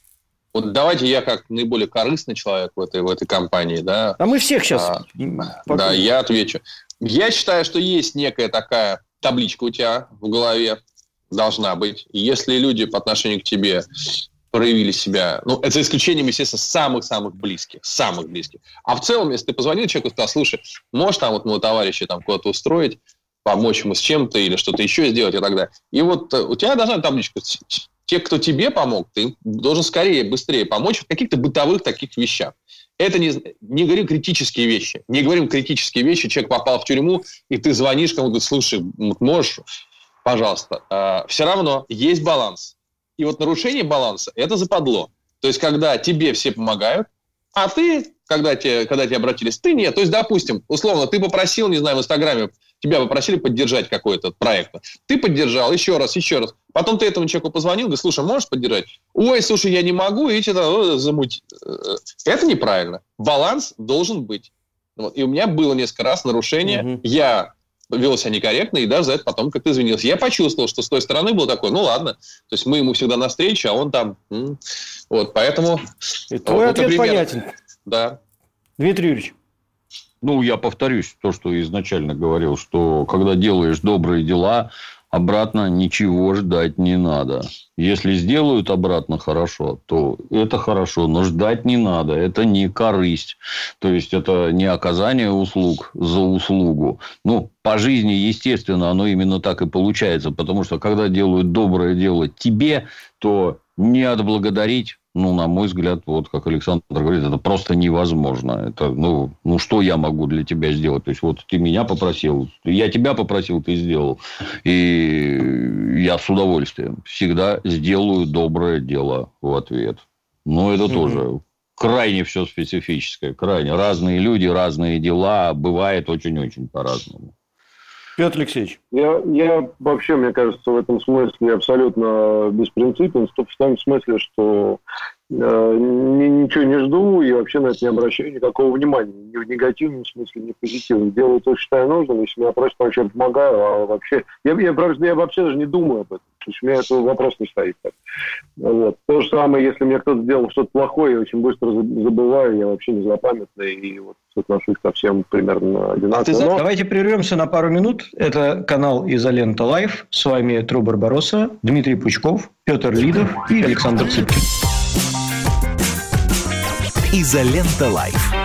Speaker 2: Вот давайте я как наиболее корыстный человек в этой, в этой компании, да.
Speaker 3: А мы всех сейчас...
Speaker 2: А, да, я отвечу. Я считаю, что есть некая такая табличка у тебя в голове, должна быть. И если люди по отношению к тебе проявили себя, ну, это за исключением, естественно, самых-самых близких, самых близких. А в целом, если ты позвонил человеку и сказал, слушай, можешь там вот моего товарища там куда-то устроить, помочь ему с чем-то или что-то еще сделать и так далее. И вот у тебя должна быть табличка. Те, кто тебе помог, ты должен скорее, быстрее помочь в каких-то бытовых таких вещах. Это не, не говорим критические вещи. Не говорим критические вещи. Человек попал в тюрьму, и ты звонишь кому-то, слушай, можешь... Пожалуйста, все равно есть баланс. И вот нарушение баланса – это западло. То есть, когда тебе все помогают, а ты, когда тебе, когда тебе обратились, ты нет. То есть, допустим, условно, ты попросил, не знаю, в Инстаграме, тебя попросили поддержать какой-то проект. Ты поддержал еще раз, еще раз. Потом ты этому человеку позвонил, говоришь, слушай, можешь поддержать? Ой, слушай, я не могу, и что-то замутить. Это неправильно. Баланс должен быть. Вот. И у меня было несколько раз нарушение. Угу. Я... вел себя некорректно, и даже за это потом как-то извинился. Я почувствовал, что с той стороны был такой, ну ладно, то есть мы ему всегда навстречу, а он там... М- вот, поэтому...
Speaker 3: И твой вот, ответ пример. Понятен.
Speaker 2: Да.
Speaker 3: Дмитрий Юрьевич.
Speaker 5: Ну, я повторюсь то, что изначально говорил, что когда делаешь добрые дела, обратно ничего ждать не надо. Если сделают обратно хорошо, то это хорошо, но ждать не надо. Это не корысть. То есть, это не оказание услуг за услугу. Ну, по жизни, естественно, оно именно так и получается. Потому что, когда делают доброе дело тебе, то не отблагодарить, ну, на мой взгляд, вот как Александр говорит, это просто невозможно. Это, ну, ну, что я могу для тебя сделать? То есть, вот ты меня попросил, я тебя попросил, ты сделал. И я с удовольствием всегда сделаю доброе дело в ответ. Но это mm-hmm. тоже крайне все специфическое. Крайне. Разные люди, разные дела. Бывает очень-очень по-разному.
Speaker 3: Петр Алексеевич.
Speaker 4: Я, я вообще, мне кажется, в этом смысле абсолютно беспринципен. В том смысле, что э, ничего не жду и вообще на это не обращаю никакого внимания. Ни в негативном смысле, ни в позитивном. Делаю то, что считаю нужным. Если меня просят, вообще помогаю. А вообще... Я, я, я вообще даже не думаю об этом. То есть, у меня этот вопрос не стоит так. Вот. То же самое, если мне кто-то сделал что-то плохое, я очень быстро забываю. Я вообще не злопамятный. И вот отношусь ко всем примерно одинаково.
Speaker 3: Но... Давайте прервемся на пару минут. Это канал «Изолента Лайф». С вами Тру Барбаросса, Дмитрий Пучков, Петр Лидов и Александр Цыпкин.
Speaker 1: «Изолента Лайф».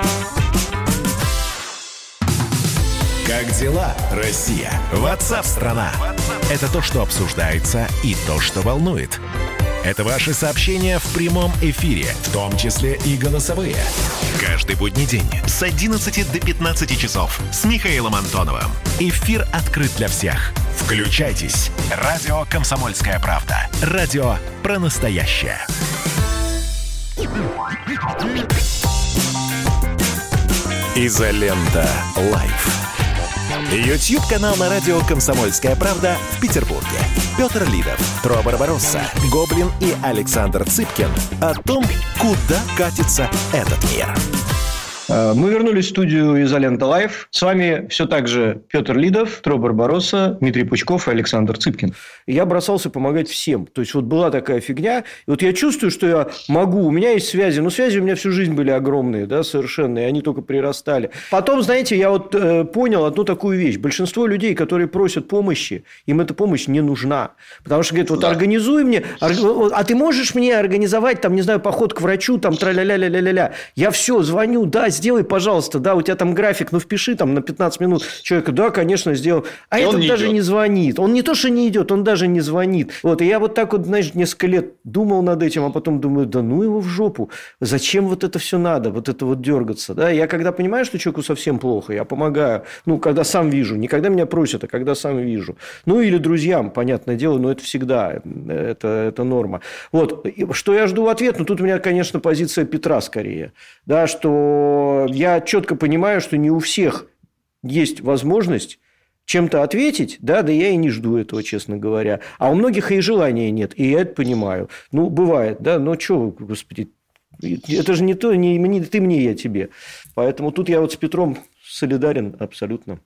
Speaker 1: Как дела, Россия? Ватсап-страна! Это то, что обсуждается, и то, что волнует. Это ваши сообщения в прямом эфире, в том числе и голосовые. Каждый будний день с одиннадцати до пятнадцати часов с Михаилом Антоновым. Эфир открыт для всех. Включайтесь. Радио «Комсомольская правда». Радио про настоящее. «Изолента Лайф». Ютьюб-канал на радио «Комсомольская правда» в Петербурге. Петр Лидов, Тру Барбаросса, Гоблин и Александр Цыпкин о том, куда катится этот мир.
Speaker 3: Мы вернулись в студию «Изолента Лайф». С вами все так же Петр Лидов, Тру Барбаросса, Дмитрий Пучков и Александр Цыпкин. Я бросался помогать всем. То есть, вот была такая фигня. И вот я чувствую, что я могу. У меня есть связи. Но связи у меня всю жизнь были огромные, да, совершенно. И они только прирастали. Потом, знаете, я вот э, понял одну такую вещь. Большинство людей, которые просят помощи, им эта помощь не нужна. Потому что говорят, вот да. организуй мне. А ты можешь мне организовать, там, не знаю, поход к врачу, там, тра-ля-ля-ля-ля-ля. Я все, звоню, да, сделай, пожалуйста, да, у тебя там график, ну, впиши там на пятнадцать минут человека, да, конечно, сделал. А этот даже идет. не звонит. Он не то, что не идет, он даже не звонит. Вот, и я вот так вот, знаешь, несколько лет думал над этим, а потом думаю, да ну его в жопу. Зачем вот это все надо, вот это вот дергаться, да? Я когда понимаю, что человеку совсем плохо, я помогаю, ну, когда сам вижу, не когда меня просят, а когда сам вижу. Ну, или друзьям, понятное дело, но это всегда, это, это норма. Вот, что я жду в ответ, ну, тут у меня, конечно, позиция Петра скорее, да, что я четко понимаю, что не у всех есть возможность чем-то ответить, да, да я и не жду этого, честно говоря. А у многих и желания нет, и я это понимаю. Ну, бывает, да, но что, господи, это же не то, не, не ты мне, я тебе. Поэтому тут я вот с Петром солидарен абсолютно.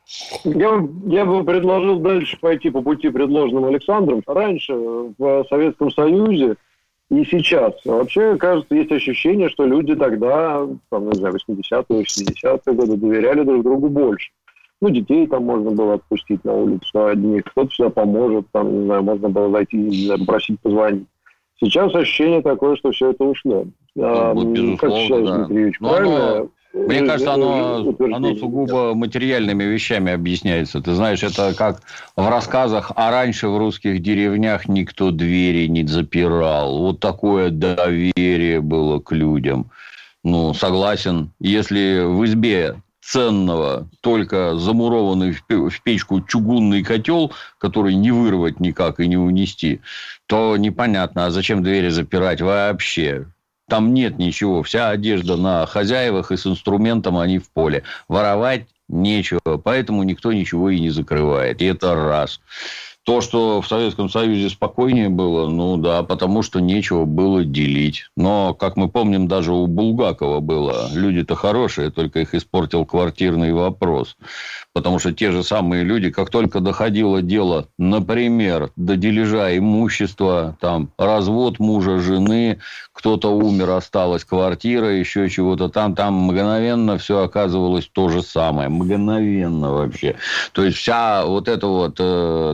Speaker 4: Я, я бы предложил дальше пойти по пути, предложенным Александром. Раньше в Советском Союзе и сейчас. Вообще, кажется, есть ощущение, что люди тогда, там, не знаю, восьмидесятые, шестидесятые годы доверяли друг другу больше. Ну, детей там можно было отпустить на улицу одних, кто-то сюда поможет, там, не знаю, можно было зайти и попросить позвонить. Сейчас ощущение такое, что все это ушло.
Speaker 5: Ну,
Speaker 4: как сейчас,
Speaker 5: да.
Speaker 4: Дмитриевич,
Speaker 5: Но
Speaker 4: правильно?
Speaker 5: Оно, мне кажется, оно, оно сугубо материальными вещами объясняется. Ты знаешь, это как в рассказах, а раньше в русских деревнях никто двери не запирал. Вот такое доверие было к людям. Ну, согласен, если в избе ценного только замурованный в печку чугунный котел, который не вырвать никак и не унести, то непонятно, а зачем двери запирать вообще? Там нет ничего. Вся одежда на хозяевах и с инструментом они в поле. Воровать нечего. Поэтому никто ничего и не закрывает. И это раз. То, что в Советском Союзе спокойнее было, ну да, потому что нечего было делить. Но, как мы помним, даже у Булгакова было. Люди-то хорошие, только их испортил квартирный вопрос. Потому что те же самые люди, как только доходило дело, например, до дележа имущества, там, развод мужа, жены, кто-то умер, осталась квартира, еще чего-то там, там мгновенно все оказывалось то же самое. Мгновенно вообще. То есть, вся вот эта вот, э, так сказать,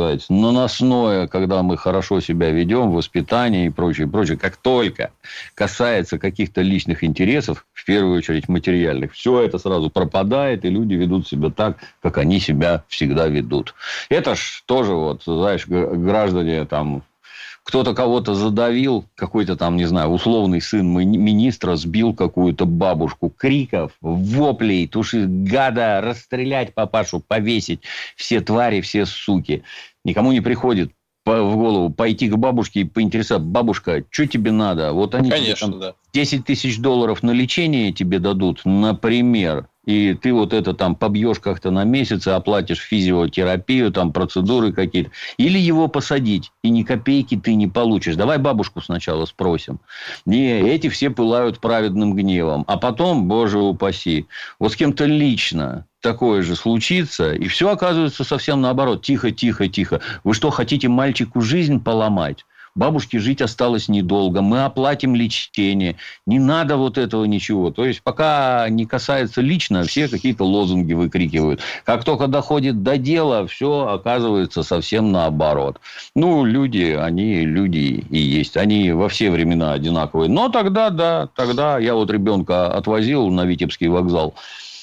Speaker 5: сказать, наносное, когда мы хорошо себя ведем, воспитание и прочее, прочее, как только касается каких-то личных интересов, в первую очередь материальных, все это сразу пропадает, и люди ведут себя так, как они себя всегда ведут. Это ж тоже, вот, знаешь, граждане там... Кто-то кого-то задавил, какой-то там, не знаю, условный сын министра сбил какую-то бабушку. Криков, воплей, туши гада, расстрелять папашу, повесить. Все твари, все суки. Никому не приходит в голову пойти к бабушке и поинтересоваться: бабушка, что тебе надо? Вот они
Speaker 2: Конечно,
Speaker 5: тебе, там,
Speaker 2: да.
Speaker 5: десять тысяч долларов на лечение тебе дадут, например. И ты вот это там побьешь как-то на месяц и оплатишь физиотерапию, там процедуры какие-то. Или его посадить, и ни копейки ты не получишь. Давай бабушку сначала спросим. Не, эти все пылают праведным гневом. А потом, боже упаси, вот с кем-то лично такое же случится, и все оказывается совсем наоборот. Тихо, тихо, тихо. Вы что, хотите мальчику жизнь поломать? Бабушке жить осталось недолго. Мы оплатим лечение. Не надо вот этого ничего. То есть, пока не касается лично, все какие-то лозунги выкрикивают. Как только доходит до дела, все оказывается совсем наоборот. Ну, люди, они люди и есть. Они во все времена одинаковые. Но тогда, да, тогда я вот ребенка отвозил на Витебский вокзал.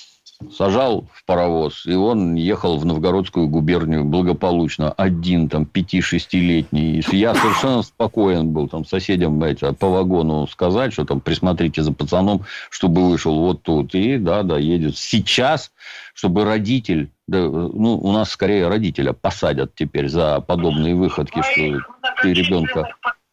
Speaker 5: Сажал в паровоз, и он ехал в Новгородскую губернию благополучно. Один, там, пяти-шестилетний. Я совершенно спокоен был. Там, соседям эти, по вагону сказать, что там присмотрите за пацаном, чтобы вышел вот тут. И, да, да, едет. Сейчас, чтобы родитель... Да, ну, у нас скорее родителя посадят теперь за подобные выходки, что ты ребенка...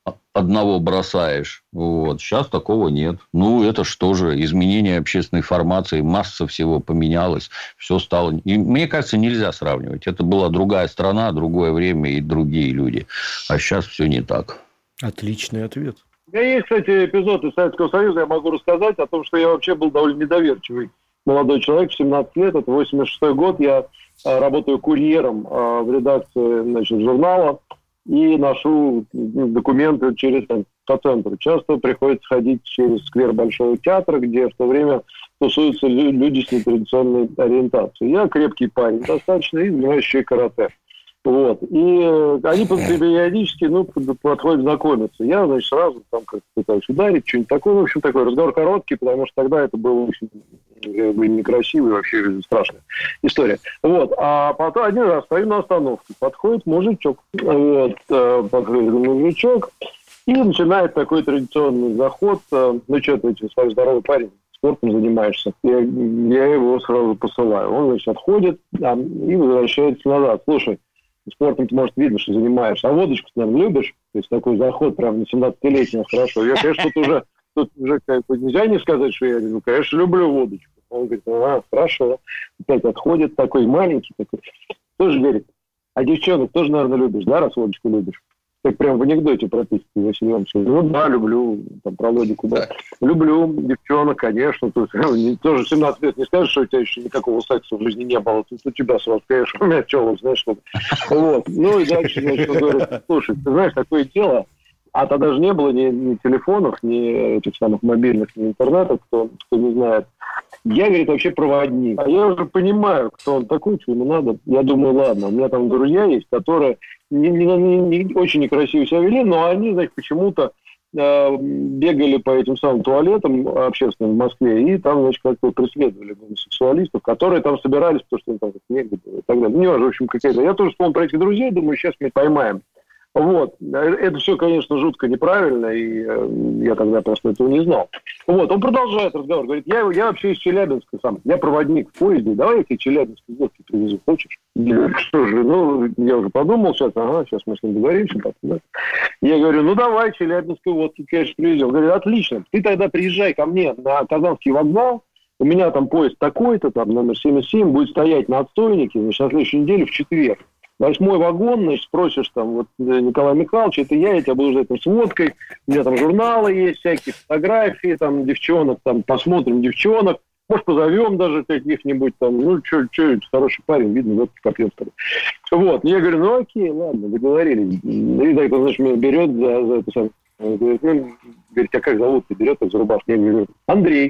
Speaker 5: одного бросаешь. Вот. Сейчас такого нет. Ну, это что же? Изменение общественной формации. Масса всего поменялась. Все стало... И, мне кажется, нельзя сравнивать. Это была другая страна, другое время и другие люди. А сейчас все не так.
Speaker 3: Отличный ответ.
Speaker 4: У меня есть, кстати, эпизод из Советского Союза. Я могу рассказать о том, что я вообще был довольно недоверчивый молодой человек. В семнадцать лет, это восемьдесят шестой год. Я работаю курьером в редакции, значит, журнала. И ношу документы через по центру. Часто приходится ходить через сквер Большого театра, где в то время тусуются люди с нетрадиционной ориентацией. Я крепкий парень достаточно и занимаюсь еще и карате. Вот. И они периодически ну, подходят знакомиться. Я, значит, сразу там как-то пытаюсь ударить, что-нибудь такое. В общем, такой разговор короткий, потому что тогда это было очень некрасиво и вообще страшная история. Вот. А потом один раз стою на остановке. Подходит мужичок. Вот. Подходит мужичок. И начинает такой традиционный заход. Ну, что ты, свой здоровый парень, спортом занимаешься. Я, я его сразу посылаю. Он, значит, отходит да, и возвращается назад. Слушай, спортом ты, может, видно, что занимаешься. А водочку ты, наверное, любишь? То есть такой заход прям на семнадцатилетнего хорошо. Я, конечно, тут уже, тут уже как бы нельзя не сказать, что я, ну, конечно, люблю водочку. Он говорит, а, хорошо. Опять отходит такой маленький, такой. Тоже говорит, а девчонок тоже, наверное, любишь, да, раз водочку любишь? Как прям в анекдоте прописано, Василий Иванович. Ну да, люблю, там, про логику, да. Люблю девчонок, конечно. Тут, тоже семнадцать лет не скажешь, что у тебя еще никакого секса в жизни не было. Тут у тебя сразу, конечно, у меня челок, знаешь, что-то. Вот. Ну и дальше, значит, он говорит, слушай, ты знаешь, такое дело, а тогда даже не было ни, ни телефонов, ни этих самых мобильных, ни интернета, кто, кто не знает. Я, говорит, вообще проводник. А я уже понимаю, кто он такой, что ему надо. Я думаю, ладно, у меня там друзья есть, которые не, не, не, не очень некрасиво себя вели, но они, значит, почему-то э, бегали по этим самым туалетам общественным в Москве, и там, значит, как-то преследовали гомосексуалистов, которые там собирались, потому что им там негде было и так далее. Не важно, в общем, какая-то. Я тоже вспомнил про этих друзей, думаю, сейчас мы поймаем. Вот. Это все, конечно, жутко неправильно, и э, я тогда просто этого не знал. Вот. Он продолжает разговор. Говорит, я, я вообще из Челябинска сам. Я проводник в поезде. Давай я тебе Челябинский водки привезу. Хочешь? Я, что же, ну, я уже подумал сейчас. Ага, сейчас мы с ним договоримся. Да? Я говорю, ну, давай Челябинской водки, конечно, привезем. Говорит, отлично. Ты тогда приезжай ко мне на Казанский вокзал. У меня там поезд такой-то, там номер семьдесят семь, будет стоять на отстойнике, значит, на следующей неделе в четверг. Восьмой вагон, значит, спросишь там, вот, Николай Михайлович, это я, я тебя буду ждать там с водкой, у меня там журналы есть, всякие фотографии, там, девчонок, там, посмотрим девчонок, может, позовем даже каких-нибудь там, ну, что, что, хороший парень, видно, вот, попьем с тобой. Вот, я говорю, ну, окей, ладно, договорились. И так, знаешь, меня берет за, за это самое, говорит, ну, говорит, а как зовут, ты берет, так за рубашку, я говорю, Андрей.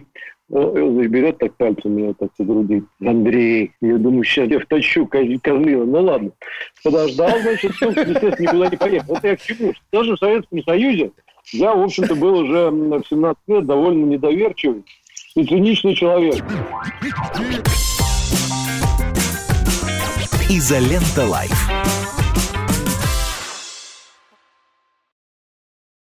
Speaker 4: Значит, берет так пальцем меня так по груди. Андрей, я думаю, сейчас я втащу козлина. Ну ладно. Подождал, значит, естественно, никуда не поехал. Это я к чему? Даже в Советском Союзе я, в общем-то, был уже в семнадцать лет довольно недоверчивый и циничный человек.
Speaker 1: Изолента Лайф.